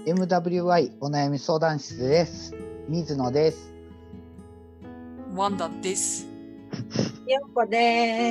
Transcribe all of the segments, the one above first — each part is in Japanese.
MWI お悩み相談室です。水野です。 ワンダです。 ようこです。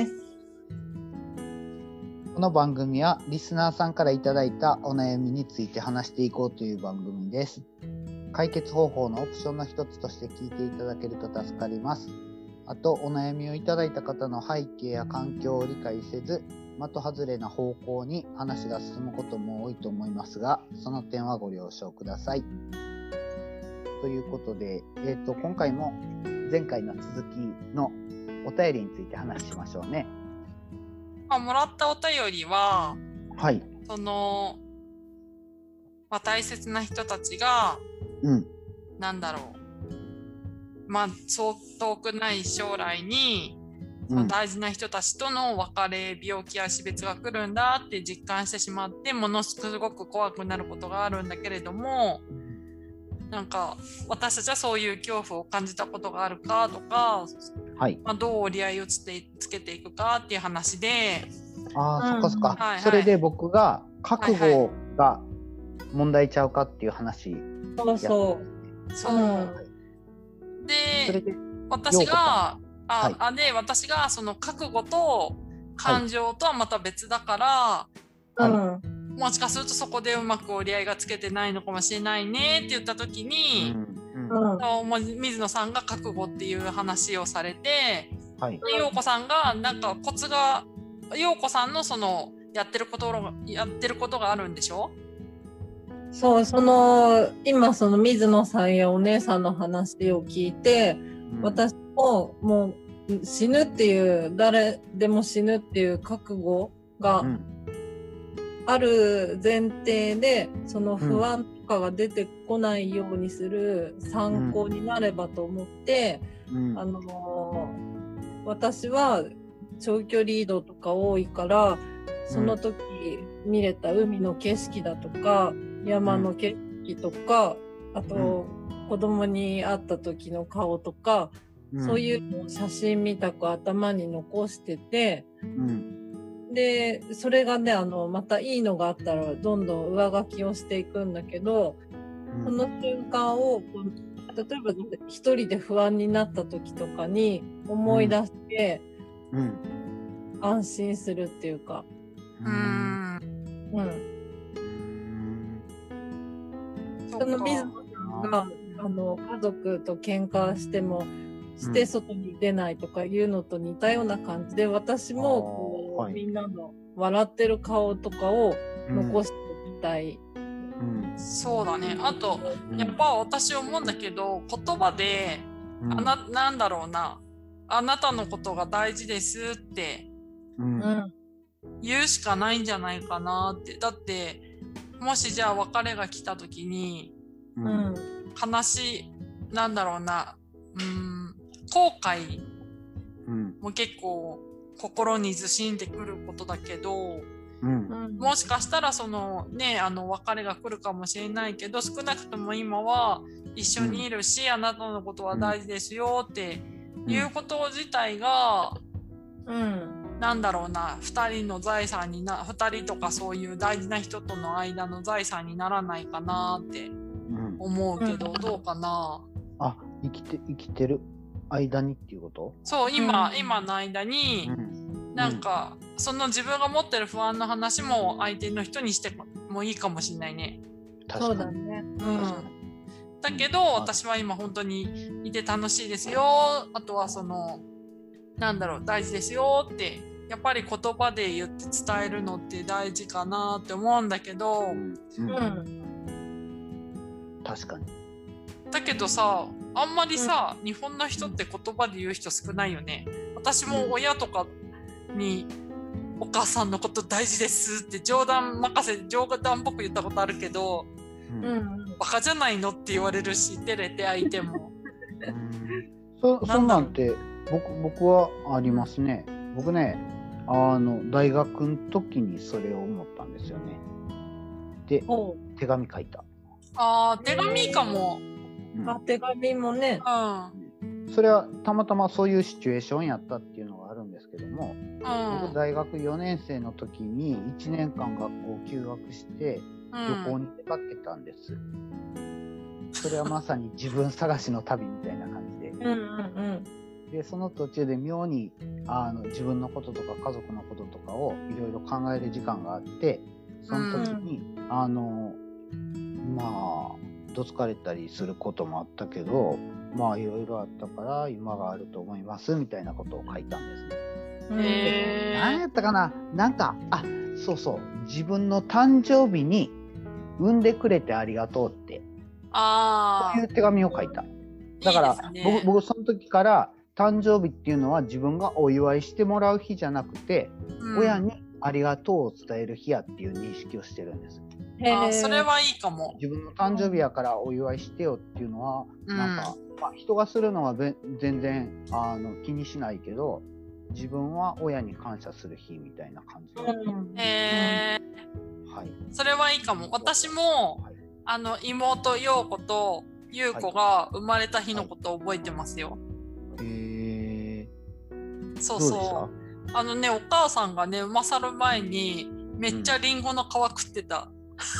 この番組はリスナーさんからいただいたお悩みについて話していこうという番組です。解決方法のオプションの一つとして聞いていただけると助かります。あと、お悩みをいただいた方の背景や環境を理解せず、的外れな方向に話が進むことも多いと思いますが、その点はご了承ください。ということで、今回も前回の続きのお便りについて話しましょうね。 もらったお便りは、 はい。 大切な人たちが、そう遠くない将来に、その大事な人たちとの別れ、病気や死別が来るんだって実感してしまって、ものすごく怖くなることがあるんだけれども、私たちはそういう恐怖を感じたことがあるかとか、はい、どう折り合いをつけていくかっていう話で。 そっかそっか、はいはい、それで僕が覚悟が問題ちゃうかっていう話、 そうで私がその覚悟と感情とはまた別だから、もしかするとそこでうまく折り合いがつけてないのかもしれないねって言った時に、水野さんが覚悟っていう話をされて、陽子さんがコツが陽子さんのそのやってることがあるんでしょ？ そう、今その水野さんやお姉さんの話を聞いて、私ももう死ぬっていう、誰でも死ぬっていう覚悟がある前提で、その不安とかが出てこないようにする参考になればと思って、私は長距離移動とか多いから、その時見れた海の景色だとか、山の景色とか、あと子供に会った時の顔とか、そういうのを写真見たく頭に残してて、でそれがね、またいいのがあったらどんどん上書きをしていくんだけど、その瞬間を例えば一人で不安になった時とかに思い出して、安心するっていうか。その水野さんが家族と喧嘩してもして外に出ないとかいうのと似たような感じで、私もみんなの笑ってる顔とかを残しておきたい。 そうだね。あとやっぱ私思うんだけど、言葉であなたのことが大事ですって言うしかないんじゃないかなって。だってもしじゃあ別れが来た時に、悲しい後悔も結構心にずしんでくることだけど、もしかしたら別れが来るかもしれないけど、少なくとも今は一緒にいるし、あなたのことは大事ですよっていうこと自体が、2人の財産に2人とかそういう大事な人との間の財産にならないかなって思うけど、どうかな。 生きてる間にっていうこと？ そう、今の間に、その自分が持ってる不安の話も相手の人にしてもいいかもしれないね。 そうだね。 だけど私は今本当にいて楽しいですよ。あとは大事ですよってやっぱり言葉で言って伝えるのって大事かなって思うんだけど、 確かに。 だけどさ、あんまりさ、日本の人って言葉で言う人少ないよね。私も親とかにお母さんのこと大事ですって冗談っぽく言ったことあるけど、バカじゃないのって言われるし、照れて相手も。 そんなんて僕はありますね。僕ね、大学の時にそれを思ったんですよね。で、手紙書いた。 手紙かも。 手紙もね。 それはたまたまそういうシチュエーションやったっていうのがあるんですけども、僕大学4年生の時に1年間学校休学して、 旅行に出かけたんです。それはまさに自分探しの旅みたいな感じで。でその途中で妙に自分のこととか家族のこととかをいろいろ考える時間があって、その時に、どつかれたりすることもあったけど、まあいろいろあったから今があると思いますみたいなことを書いたんですね。何やったかな、なんかそうそう、自分の誕生日に産んでくれてありがとうってそういう手紙を書いた。だからいい、ね、僕その時から誕生日っていうのは自分がお祝いしてもらう日じゃなくて、親にありがとうを伝える日やっていう認識をしてるんです。 それはいいかも。 自分の誕生日やからお祝いしてよっていうのは、なんか、人がするのは全然気にしないけど、自分は親に感謝する日みたいな感じで。 はい。それはいいかも。私も、妹陽子と優子が生まれた日のことを覚えてますよ。そうそう。お母さんがね、生まさる前にめっちゃリンゴの皮食ってた。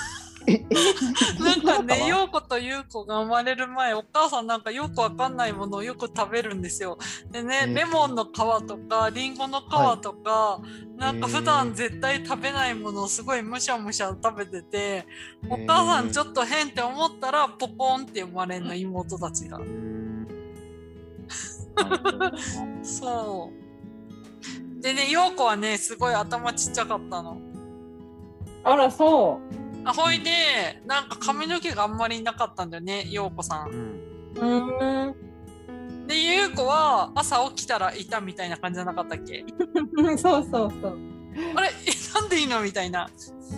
なんかね、陽子と優子が生まれる前、お母さんなんかよくわかんないものをよく食べるんですよ。でね、レモンの皮とかリンゴの皮とか、なんか普段絶対食べないものをすごいむしゃむしゃ食べてて、お母さんちょっと変って思ったらポコンって生まれんの、妹たちが。そう。でね、陽子はね、すごい頭ちっちゃかったの。 あら、そう。 ほいで、なんか髪の毛があんまりなかったんだよね、陽子さん。で、優子は朝起きたらいたみたいな感じじゃなかったっけ？ そうそうそう。 あれなんでいいのみたいな。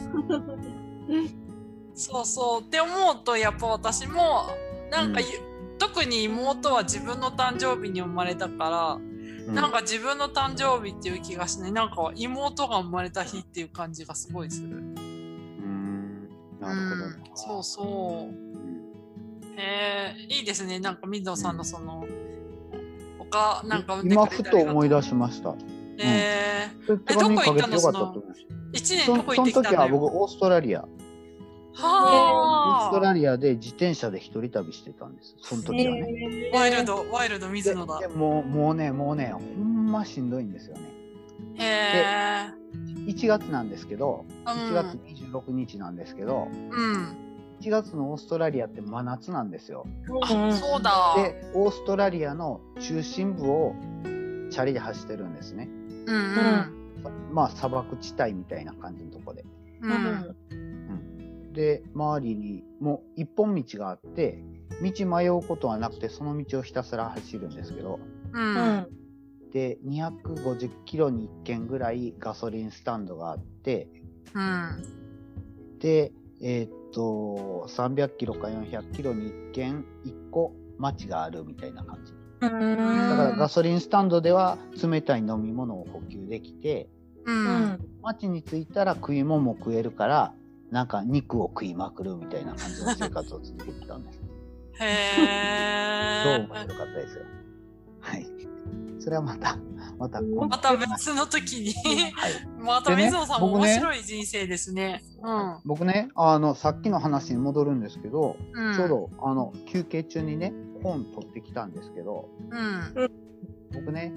そうそう。って思うと、やっぱ私も、なんか、特に妹は自分の誕生日に生まれたから、なんか自分の誕生日っていう気がしない。なんか妹が生まれた日っていう感じがすごいする。 なるほど、 そうそう。いいですね。なんか水野さんのその、なんか今ふと思い出しました。 どこ行ったの？その1年どこ行ってきたの？その時は僕オーストラリア。オーストラリアで自転車で一人旅してたんです。その時はね。 ワイルド水野だ。 でもうねほんましんどいんですよね。1月なんですけど、1月26日なんですけど、1月のオーストラリアって真夏なんですよ。 そうだ。 で、オーストラリアの中心部をチャリで走ってるんですね。まあ砂漠地帯みたいな感じのとこで。で、周りにもう一本道があって、道迷うことはなくて、その道をひたすら走るんですけど、で250キロに1軒ぐらいガソリンスタンドがあって、で300キロか400キロに1個町があるみたいな感じ。だからガソリンスタンドでは冷たい飲み物を補給できて、町に着いたら食い物も食えるから、なんか肉を食いまくるみたいな感じの生活を続けてたんです。どう面白かったですよ。はい。それはまた別の時に、また水野さんも面白い人生ですね。 僕ね、さっきの話に戻るんですけど、ちょうど休憩中にね、本取ってきたんですけど、僕ね、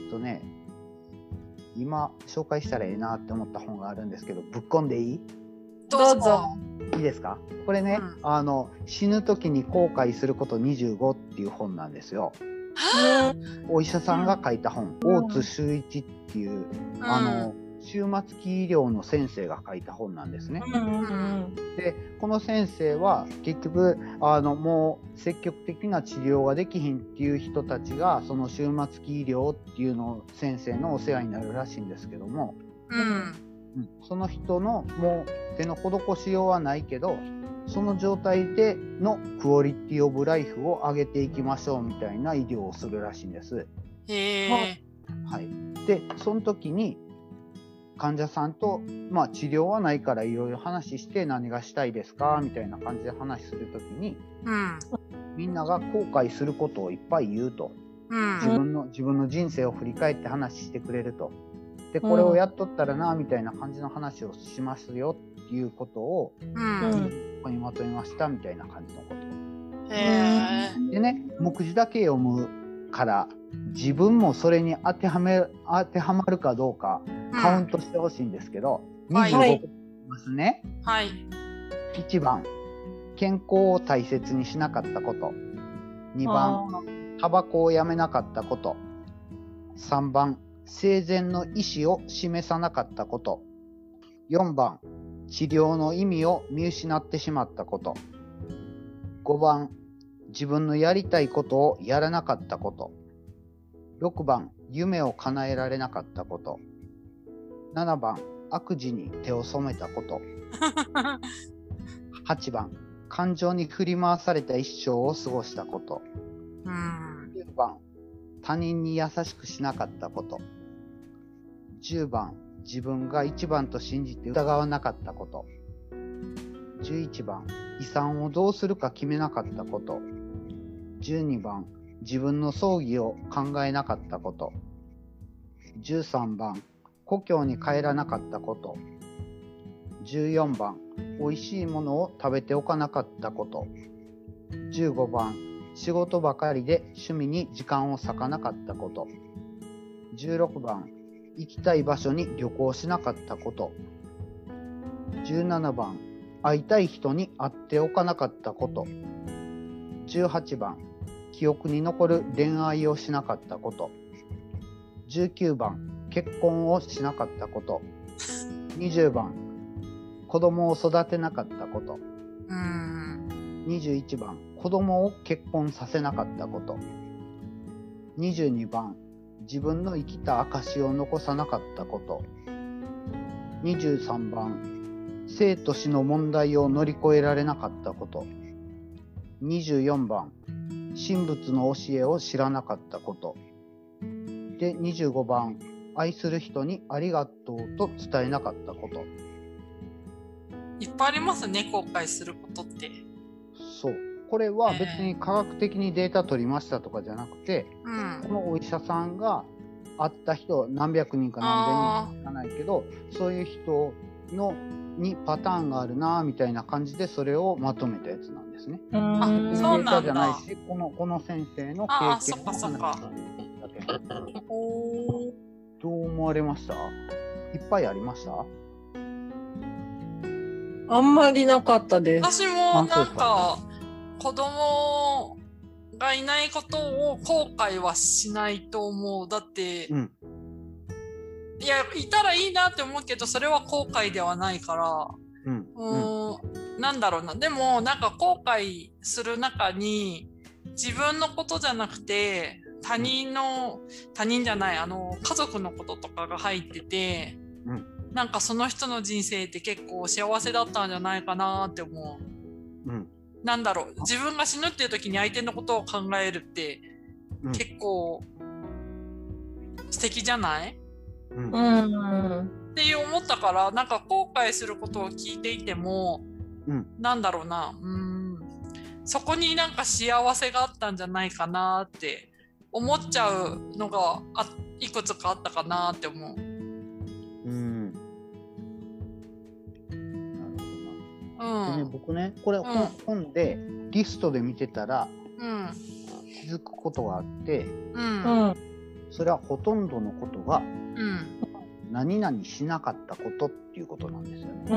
今紹介したらええなって思った本があるんですけど、ぶっこんでいい？ どうぞ。 いいですか？これね、死ぬ時に後悔すること25っていう本なんですよ。お医者さんが書いた本、大津修一っていう、終末期医療の先生が書いた本なんですね。で、この先生は結局もう積極的な治療ができひんっていう人たちがその終末期医療っていうのを先生のお世話になるらしいんですけども、その人のもう手の施しようはないけど、その状態でのクオリティオブライフを上げていきましょうみたいな医療をするらしいんです。はい。で、その時に患者さんと、治療はないからいろいろ話して何がしたいですかみたいな感じで話する時に、みんなが後悔することをいっぱい言うと、自分の人生を振り返って話してくれると。 でこれをやっとったらなみたいな感じの話をしますよっていうことを、ここにまとめましたみたいな感じのこと。でね、目次だけ読むから自分もそれに当てはまるかどうかカウントしてほしいんですけど、25個ますね。 はい。 1番、健康を大切にしなかったこと。2番、タバコをやめなかったこと。3番、生前の意思を示さなかったこと。4番、治療の意味を見失ってしまったこと。5番、自分のやりたいことをやらなかったこと。6番、夢を叶えられなかったこと。7番、悪事に手を染めたこと。8番、感情に振り回された一生を過ごしたこと。9番、他人に優しくしなかったこと。10番、自分が一番と信じて疑わなかったこと。11番、遺産をどうするか決めなかったこと。12番、自分の葬儀を考えなかったこと。13番、故郷に帰らなかったこと。14番、美味しいものを食べておかなかったこと。15番、仕事ばかりで趣味に時間を割かなかったこと。16番、行きたい場所に旅行しなかったこと。17番、会いたい人に会っておかなかったこと。18番、記憶に残る恋愛をしなかったこと。19番、結婚をしなかったこと。20番、子供を育てなかったこと。21番、子供を結婚させなかったこと。22番、自分の生きた証を残さなかったこと。23番、生と死の問題を乗り越えられなかったこと。24番、神仏の教えを知らなかったこと。で、25番、愛する人にありがとうと伝えなかったこと。 いっぱいありますね、後悔することって。 そう。これは別に科学的にデータ取りましたとかじゃなくて、このお医者さんが会った人、何百人か何千人しかないけど、そういう人にパターンがあるなみたいな感じでそれをまとめたやつなんですね。 そうなんだ。 じゃないし、この先生の経験を話しているだけ。どう思われました？いっぱいありました？ あんまりなかったです。 私もなんか子供がいないことを後悔はしないと思う。だって、いや、いたらいいなって思うけど、それは後悔ではないから、なんだろうな。でも、なんか後悔する中に、自分のことじゃなくて、他人じゃない、家族のこととかが入ってて、なんかその人の人生って結構幸せだったんじゃないかなって思う。なんだろう、自分が死ぬっていう時に相手のことを考えるって、結構素敵じゃない？っていう思ったから、なんか後悔することを聞いていても、なんだろうな、そこになんか幸せがあったんじゃないかなって思っちゃうのがいくつかあったかなって思う。 でね、僕ね、これ、本でリストで見てたら、気づくことがあって、それはほとんどのことが、何々しなかったことっていうことなんですよね。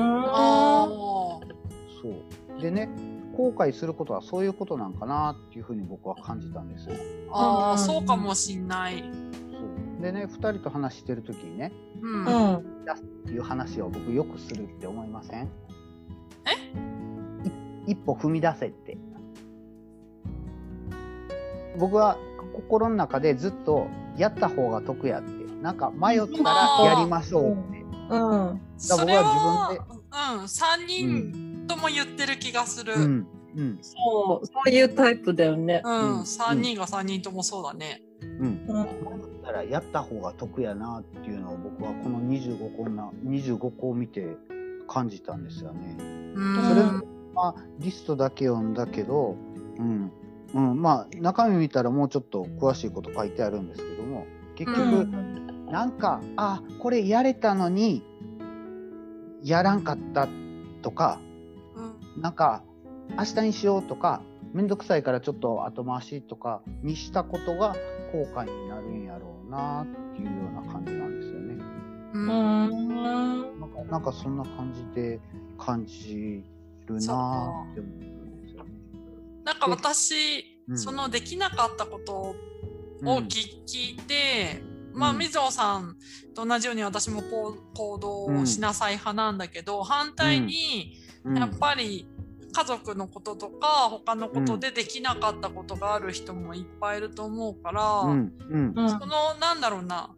そうでね、後悔することはそういうことなんかなっていうふうに僕は感じたんですよ。 そうかもしんない。 そうでね、2人と話してる時にね、出すっていう話を僕よくするって思いません？一歩踏み出せって。僕は心の中でずっとやった方が得やって、なんか迷ったらやりましょうって。 それは3人とも言ってる気がする。 そういうタイプだよね。 3人が3人ともそうだね。 迷ったらやった方が得やなっていうのを僕はこの25個を見て感じたんですよね。それはリストだけ読んだけど、まあ中身見たらもうちょっと詳しいこと書いてあるんですけども、結局なんかこれやれたのにやらんかったとか、なんか明日にしようとか、めんどくさいからちょっと後回しとかにしたことが後悔になるんやろうなっていうような感じなんですよね。なんかそんな感じで感じるなって思うんですよね。 なんか私、そのできなかったことを聞いて、みぞさんと同じように私も行動をしなさい派なんだけど、反対にやっぱり家族のこととか他のことでできなかったことがある人もいっぱいいると思うから、そのなんだろうな、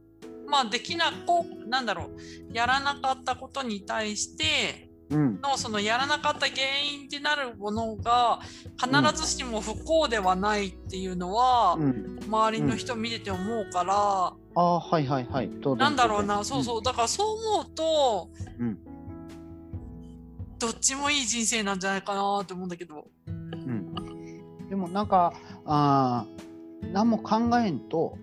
やらなかったことに対してのそのやらなかった原因になるものが必ずしも不幸ではないっていうのは、周りの人見てて思うから、なんだろうな、だからそう思うと、どっちもいい人生なんじゃないかなって思うんだけど。 でもなんか何も考えんと、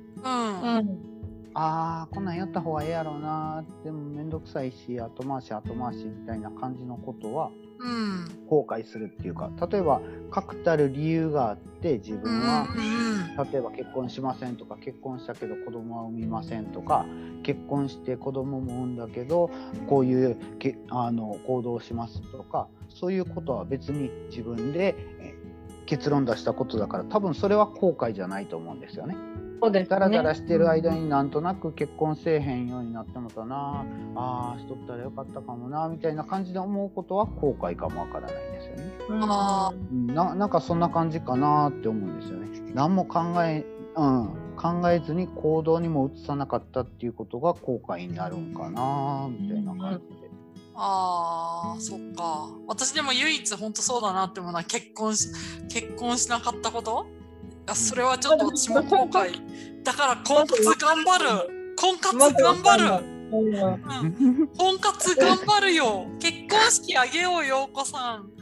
こんなんやった方がええやろうな、でもめんどくさいし後回しみたいな感じのことは後悔するっていうか、例えば確たる理由があって自分は、例えば結婚しませんとか、結婚したけど子供は産みませんとか、結婚して子供も産んだけどこういう行動をしますとか、そういうことは別に自分で結論出したことだから、多分それは後悔じゃないと思うんですよね。ダラダラしてる間になんとなく結婚せえへんようになってもたな、しとったらよかったかもなみたいな感じで思うことは後悔かもわからないですよね。なんかそんな感じかなって思うんですよね。何も考えずに行動にも移さなかったっていうことが後悔になるんかなみたいな感じで。 そっか。私でも唯一本当そうだなって思うのは結婚しなかったこと。それはちょっと私も後悔。だから婚活頑張る。婚活頑張るよ。結婚式あげよう、ようこさん。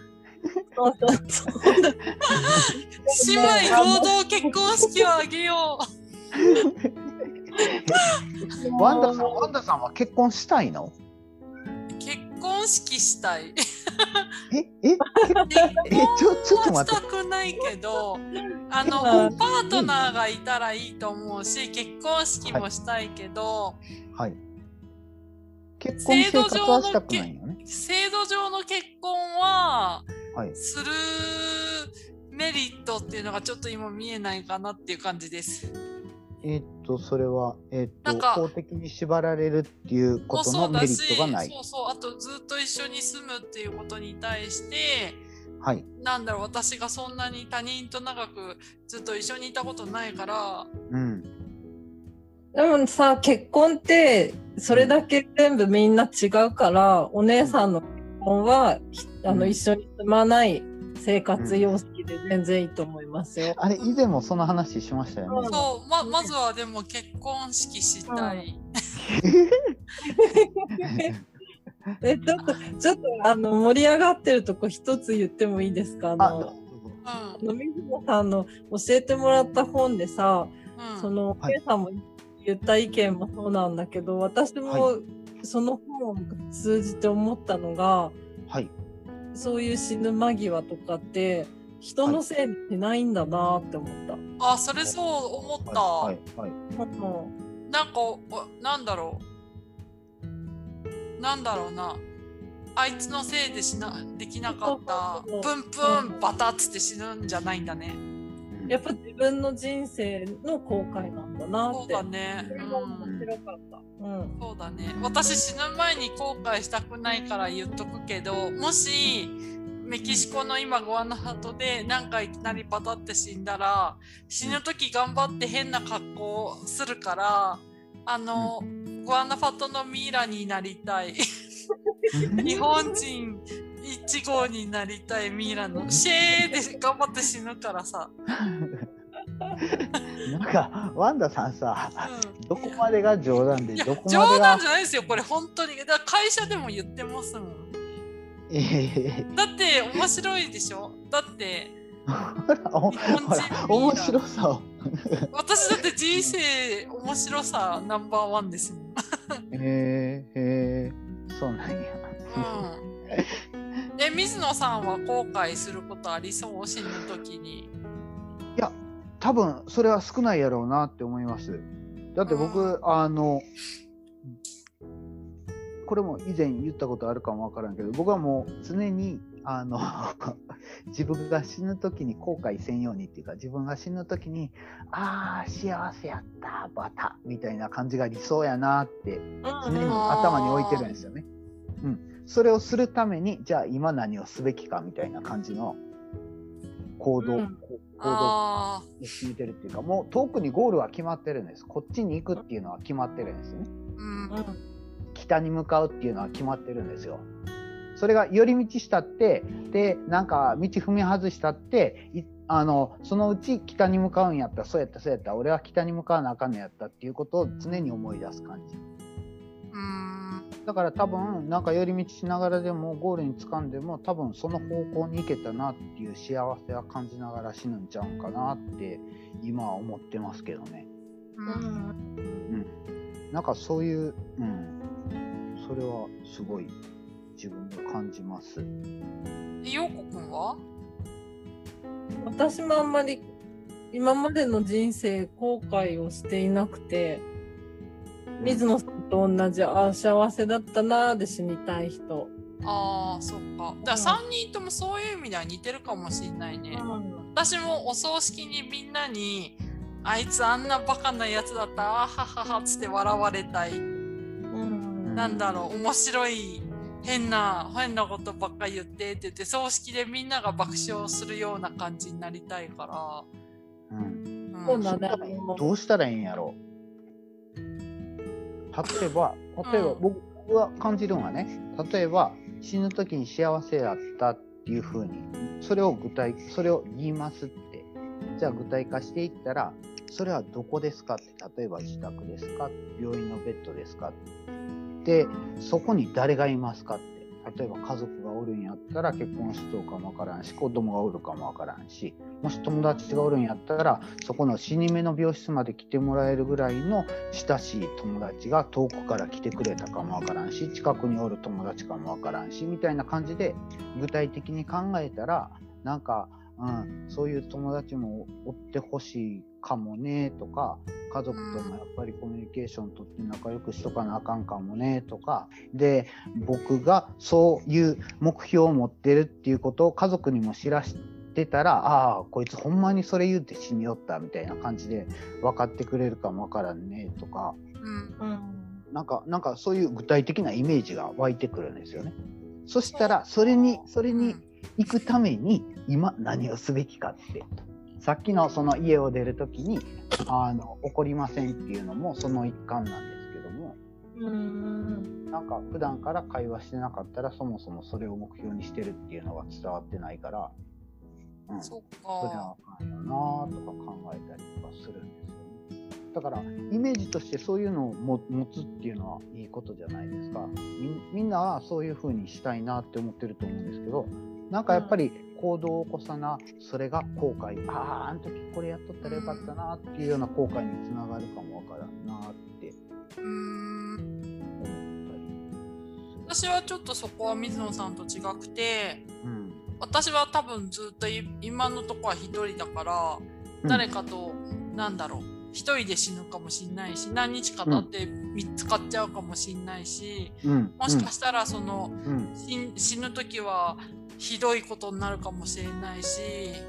姉妹合同結婚式をあげよう。ワンダさんは結婚したいの？ 結婚式したい。 ちょっと待って。 したくないけど、パートナーがいたらいいと思うし、結婚式もしたいけど、 結婚生活はしたくないよね。 制度上の結婚は、するメリットっていうのがちょっと今見えないかなっていう感じです。 それは、法的に縛られるっていうことのメリットがない。 あとずっと一緒に住むっていうことに対して、私がそんなに他人と長くずっと一緒にいたことないから。 でもさ、結婚ってそれだけ全部みんな違うから、お姉さんの結婚は一緒に住まない生活様式で全然いいと思いますよ。 あれ以前もその話しましたよね。 まずはでも結婚式したい。 ちょっと盛り上がってるとこ一つ言ってもいいですか？水野さんの教えてもらった本でさ、そのお姉さんも言った意見もそうなんだけど、私もその本を通じて思ったのが、そういう死ぬ間際とかって人のせいにしないんだなって思った。 それそう思った。なんだろうな。あいつのせいでできなかった。プンプンバタッつって死ぬんじゃないんだね。 やっぱ自分の人生の後悔なんだなって。 そうだね。 面白かった。 そうだね。私死ぬ前に後悔したくないから言っとくけど、もしメキシコの今グアナハトでなんかいきなりバタって死んだら、死ぬ時頑張って変な格好するから、グアナファトのミイラになりたい。日本人1号になりたいミイラのシェーで頑張って死ぬからさ。 なんかワンダさんさ、どこまでが冗談でどこまでが冗談じゃないですよ、これ本当に。だから会社でも言ってますもん。だって面白いでしょ。だって日本人ミイラ面白さを私だって人生面白さナンバーワンですもん。 そうなんや。 水野さんは後悔することありそう？死ぬ時に。 いや、多分それは少ないやろうなって思います。だって僕、これも以前言ったことあるかもわからんけど、僕はもう常に自分が死ぬ時に後悔せんようにっていうか、自分が死ぬ時に幸せやったバタみたいな感じが理想やなって常に頭に置いてるんですよね。それをするためにじゃあ今何をすべきかみたいな感じの行動を決めてるっていうか、もう遠くにゴールは決まってるんです。こっちに行くっていうのは決まってるんですよね。北に向かうっていうのは決まってるんですよ。それが寄り道したってでなんか道踏み外したってそのうち北に向かうんやったらそうやった俺は北に向かわなあかんのやったっていうことを常に思い出す感じ。だから多分なんか寄り道しながらでもゴールに掴んでも多分その方向に行けたなっていう幸せは感じながら死ぬんちゃうんかなって今は思ってますけどね。なんかそういう、それはすごい自分で感じます。 陽子くんは？ 私もあんまり今までの人生後悔をしていなくて、水野さんと同じ幸せだったなーで死にたい人。 そっか。だから3人ともそういう意味では似てるかもしれないね。私もお葬式にみんなにあいつあんなバカなやつだったはははつって笑われたい。なんだろう、面白い変なことばっかり言ってって言って葬式でみんなが爆笑するような感じになりたいから。 そうだね。 どうしたらいいんやろう。例えば僕が感じるのはね、例えば死ぬ時に幸せだったっていう風にそれを言いますって、じゃあ具体化していったら、それはどこですかって、例えば自宅ですか、病院のベッドですかで、そこに誰がいますかって、例えば家族がおるんやったら結婚しとうかもわからんし、子供がおるかもわからんし、もし友達がおるんやったらそこの死に目の病室まで来てもらえるぐらいの親しい友達が遠くから来てくれたかもわからんし、近くにおる友達かもわからんしみたいな感じで具体的に考えたら、なんか、そういう友達もおってほしいかもねとか、家族ともやっぱりコミュニケーションとって仲良くしとかなあかんかもねとかで、僕がそういう目標を持ってるっていうことを家族にも知らしてたら、こいつほんまにそれ言うて死によったみたいな感じで分かってくれるかもわからんねとか、なんかそういう具体的なイメージが湧いてくるんですよね。そしたらそれに行くために今何をすべきかって、さっきのその家を出るときに起こりませんっていうのもその一環なんですけども、なんか普段から会話してなかったらそもそもそれを目標にしてるっていうのが伝わってないから、 そっか、 それはあかんよなとか考えたりとかするんですよね。だからイメージとしてそういうのを持つっていうのはいいことじゃないですか。みんなはそういう風にしたいなって思ってると思うんですけど、なんかやっぱり行動を起こさな、それが後悔、あの時これやっとったらよかったなっていうような後悔につながるかもわからんなって思ったり。 私はちょっとそこは水野さんと違くて、私は多分ずっと今のとこは一人だから、誰かとなんだろう、一人で死ぬかもしんないし、何日か経って見つかっちゃうかもしんないし、もしかしたらその、死ぬ時はひどいことになるかもしれないし、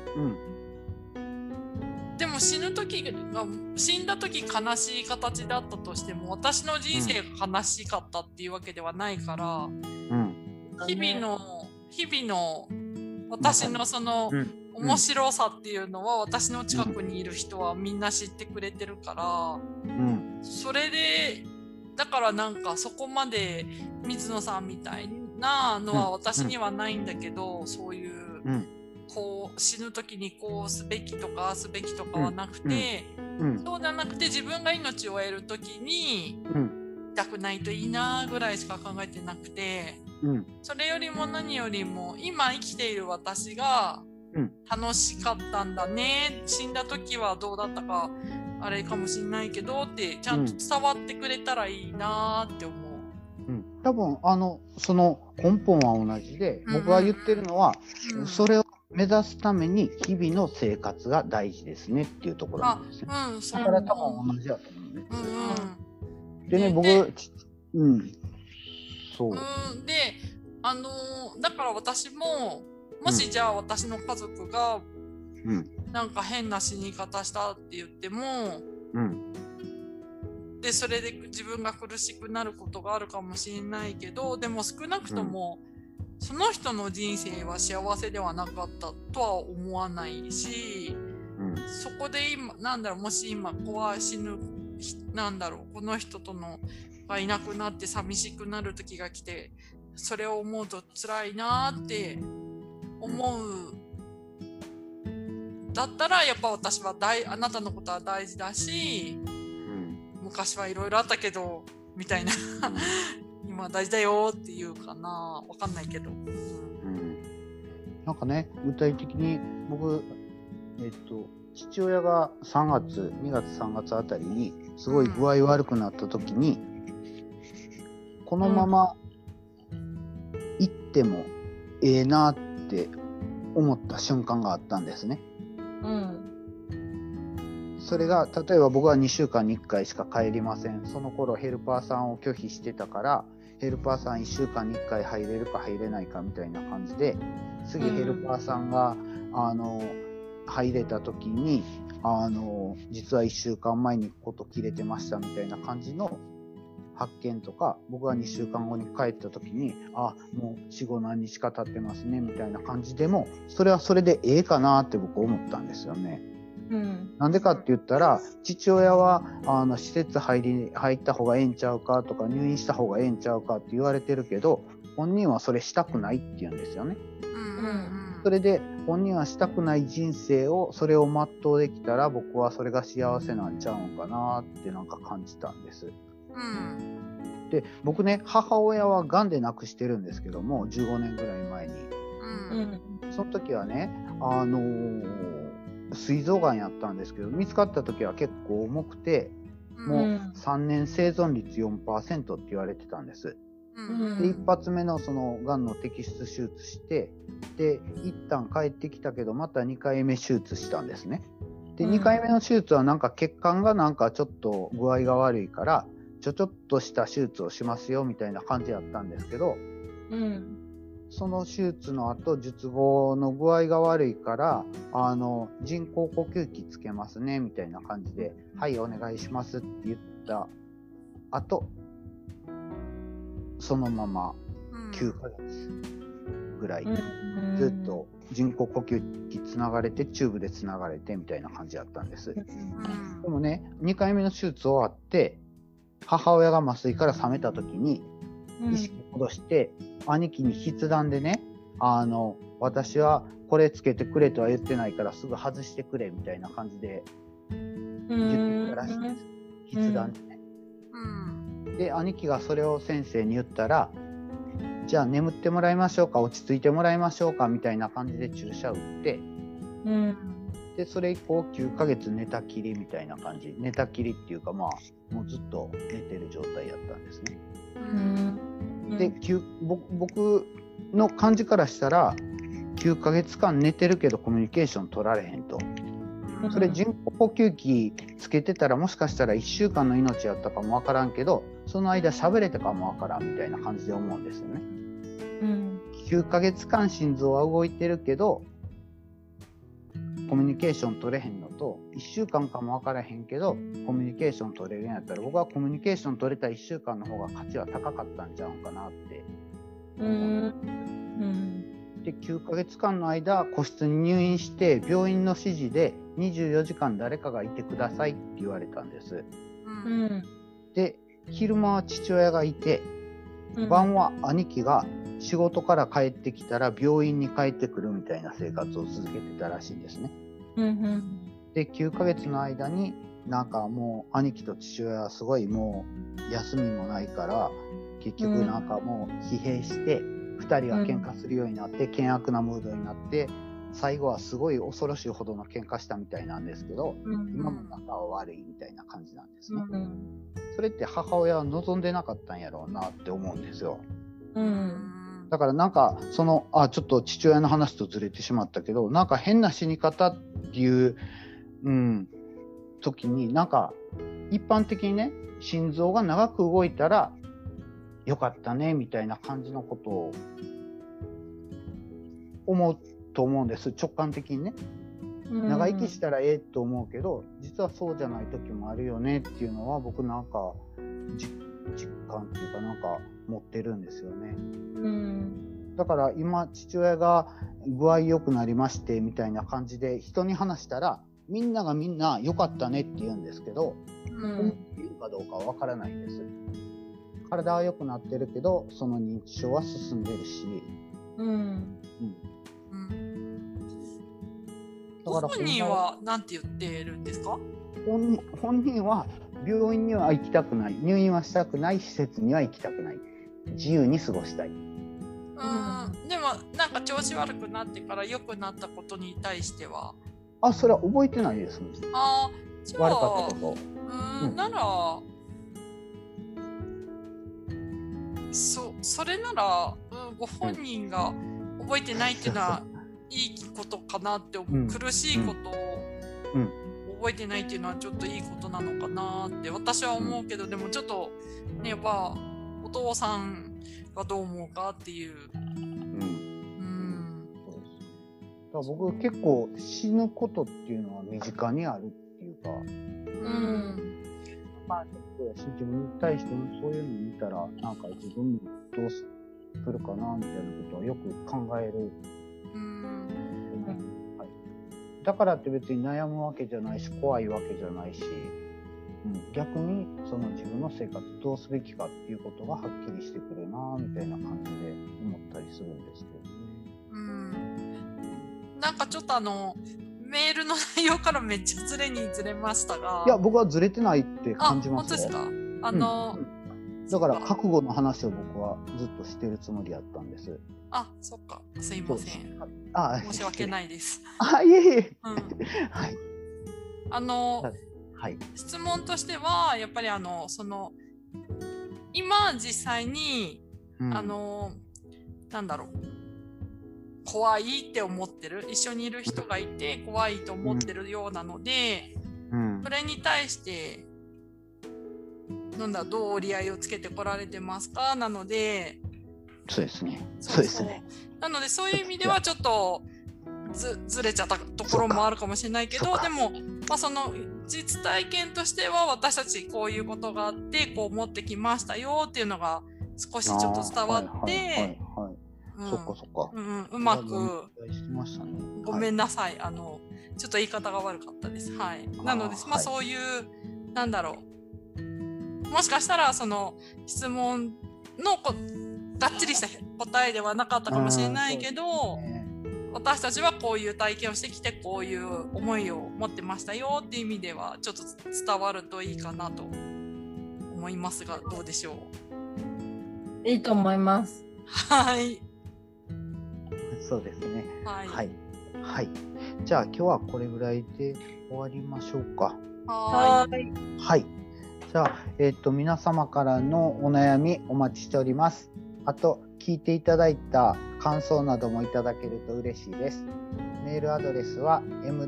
でも死んだ時悲しい形だったとしても、私の人生が悲しかったっていうわけではないから、日々の私のその面白さっていうのは私の近くにいる人はみんな知ってくれてるから、それでだからなんかそこまで水野さんみたいなのは私にはないんだけど、そういうこう死ぬ時にこうすべきとかああすべきとかはなくて、そうじゃなくて自分が命を得る時に痛くないといいなぐらいしか考えてなくて、それよりも何よりも今生きている私が楽しかったんだね、死んだ時はどうだったかあれかもしんないけどってちゃんと伝わってくれたらいいなって思う。 多分その根本は同じで、僕が言ってるのは、それを目指すために日々の生活が大事ですねっていうところなんですね。だから多分同じだと思うね。でね、僕そうでだから私ももしじゃあ私の家族がなんか変な死に方したって言っても、でそれで自分が苦しくなることがあるかもしれないけど、でも少なくともその人の人生は幸せではなかったとは思わないし、そこで今もし今子は死ぬこの人とのがいなくなって寂しくなる時が来て、それを思うと辛いなって思う。だったらやっぱ私はあなたのことは大事だし、昔はいろいろあったけどみたいな今大事だよっていうかな、わかんないけど、 なんかね、具体的に僕父親が2月3月あたりにすごい具合悪くなった時に、このまま行ってもええなって思った瞬間があったんですね。それが例えば僕は2週間に1回しか帰りません。その頃ヘルパーさんを拒否してたから、ヘルパーさん1週間に1回入れるか入れないかみたいな感じで、次ヘルパーさんが入れた時に実は1週間前にこと切れてましたみたいな感じの発見とか、僕が2週間後に帰った時にもう4、5何日か経ってますねみたいな感じでも、それはそれでええかなって僕思ったんですよね。なんでかって言ったら、父親は施設入った方がええんちゃうかとか入院した方がええんちゃうかって言われてるけど、本人はそれしたくないって言うんですよね。それで本人はしたくない人生をそれを全うできたら、僕はそれが幸せなんちゃうんかなってなんか感じたんです。で僕ね、母親は癌で亡くしてるんですけども、15年ぐらい前に、その時はね膵臓がんやったんですけど、見つかった時は結構重くて、もう3年生存率 4% って言われてたんです。で一発目のそのがんの摘出手術して、で一旦帰ってきたけどまた2回目手術したんですね。で2回目の手術はなんか血管がなんかちょっと具合が悪いからちょっとした手術をしますよみたいな感じだったんですけど、その手術の後術後の具合が悪いから人工呼吸器つけますねみたいな感じで、はいお願いしますって言った後、そのまま9ヶ月ぐらいずっと人工呼吸器つながれてチューブでつながれてみたいな感じだったんです。でもね、2回目の手術終わって母親が麻酔から覚めた時に意識戻して、兄貴に筆談でね、私はこれつけてくれとは言ってないからすぐ外してくれみたいな感じで言ってたらしいんです。筆談でね。で兄貴がそれを先生に言ったら、じゃあ眠ってもらいましょうか、落ち着いてもらいましょうかみたいな感じで注射打って、でそれ以降9ヶ月寝たきりみたいな感じ、寝たきりっていうかもうずっと寝てる状態やったんですね。で僕の感じからしたら9ヶ月間寝てるけどコミュニケーション取られへんと。それ人工呼吸器つけてたらもしかしたら1週間の命やったかもわからんけど、その間喋れたかもわからんみたいな感じで思うんですよね。9ヶ月間心臓は動いてるけどコミュニケーション取れへんのと、1週間かも分からへんけどコミュニケーション取れるんやったら、僕はコミュニケーション取れた1週間の方が価値は高かったんちゃうんかなって思うんです。で9ヶ月間の間個室に入院して、病院の指示で24時間誰かがいてくださいって言われたんです。で昼間は父親がいて、晩は兄貴が仕事から帰ってきたら病院に帰ってくるみたいな生活を続けてたらしいんですね。で9ヶ月の間になんかもう兄貴と父親はすごいもう休みもないから、結局なんかもう疲弊して2人が喧嘩するようになって、険悪なムードになって、 最後はすごい恐ろしいほどの喧嘩したみたいなんですけど、今も仲は悪いみたいな感じなんですね。それって母親は望んでなかったんやろうなって思うんですよ。だからなんかちょっと父親の話とずれてしまったけど、なんか変な死に方っていう、時になんか一般的にね、心臓が長く動いたらよかったねみたいな感じのことを思うと思うんです、直感的にね。長生きしたらええと思うけど、実はそうじゃない時もあるよねっていうのは僕なんか実感っていうかなんか持ってるんですよね。だから今父親が具合良くなりましてみたいな感じで人に話したら、みんながみんな良かったねって言うんですけど、思っているかどうかは分からないんです。体は良くなってるけど、その認知症は進んでるし、 だから本人は何て言ってるんですか？ 本人は病院には行きたくない、入院はしたくない、施設には行きたくない、自由に過ごしたい。 でもなんか調子悪くなってから良くなったことに対しては、 それは覚えてないですもん。 じゃあ悪かったこと。 ならそれなら、ご本人が覚えてないっていうのはいいことかなって思う。苦しいことを覚えてないっていうのはちょっといいことなのかなって私は思うけど、でもちょっとね、やっぱお父さんがどう思うかっていう。 だから僕結構死ぬことっていうのは身近にあるっていうか、自分に対してもそういうのを見たら、なんか自分もどうするかなみたいなことはよく考える。だからって別に悩むわけじゃないし、怖いわけじゃないし、逆にその自分の生活どうすべきかっていうことがはっきりしてくるなみたいな感じで思ったりするんですけどね。 なんかちょっとメールの内容からめっちゃずれましたが。 いや、僕はずれてないって感じますよ。 本当ですか？ だから覚悟の話を僕はずっとしてるつもりだったんです。 そっか。すいません。申し訳ないです。 いえいえ。 はい。質問としてはやっぱり今実際になんだろう。怖いって思ってる、一緒にいる人がいて怖いと思ってるようなので、それに対してどう折り合いをつけてこられてますか？なので、 そうですね。そうですね。 なのでそういう意味ではちょっとずれちゃったところもあるかもしれないけど、でもその実体験としては私たちこういうことがあってこう思ってきましたよっていうのが少しちょっと伝わって。 そっかそっか。 うまく。ごめんなさい。ちょっと言い方が悪かったです。はい。なので、そういう、もしかしたら、その質問のがっちりした答えではなかったかもしれないけど、私たちはこういう体験をしてきて、こういう思いを持ってましたよっていう意味では、ちょっと伝わるといいかなと思いますが、どうでしょう？いいと思います。 はい。 そうですね。じゃあ今日はこれぐらいで終わりましょうか。 はい。 じゃあ、皆様からのお悩みお待ちしております。あと聞いていただいた感想などもいただけると嬉しいです。メールアドレスは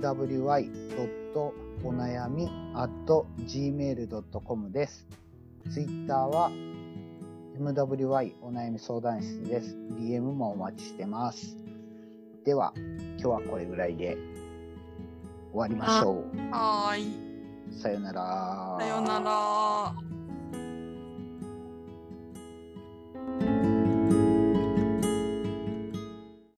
mwy.onayami@gmail.com です。ツイッターは MWY お悩み相談室です。DM もお待ちしてます。では今日はこれぐらいで終わりましょう。 はい。 さよなら。 さよなら。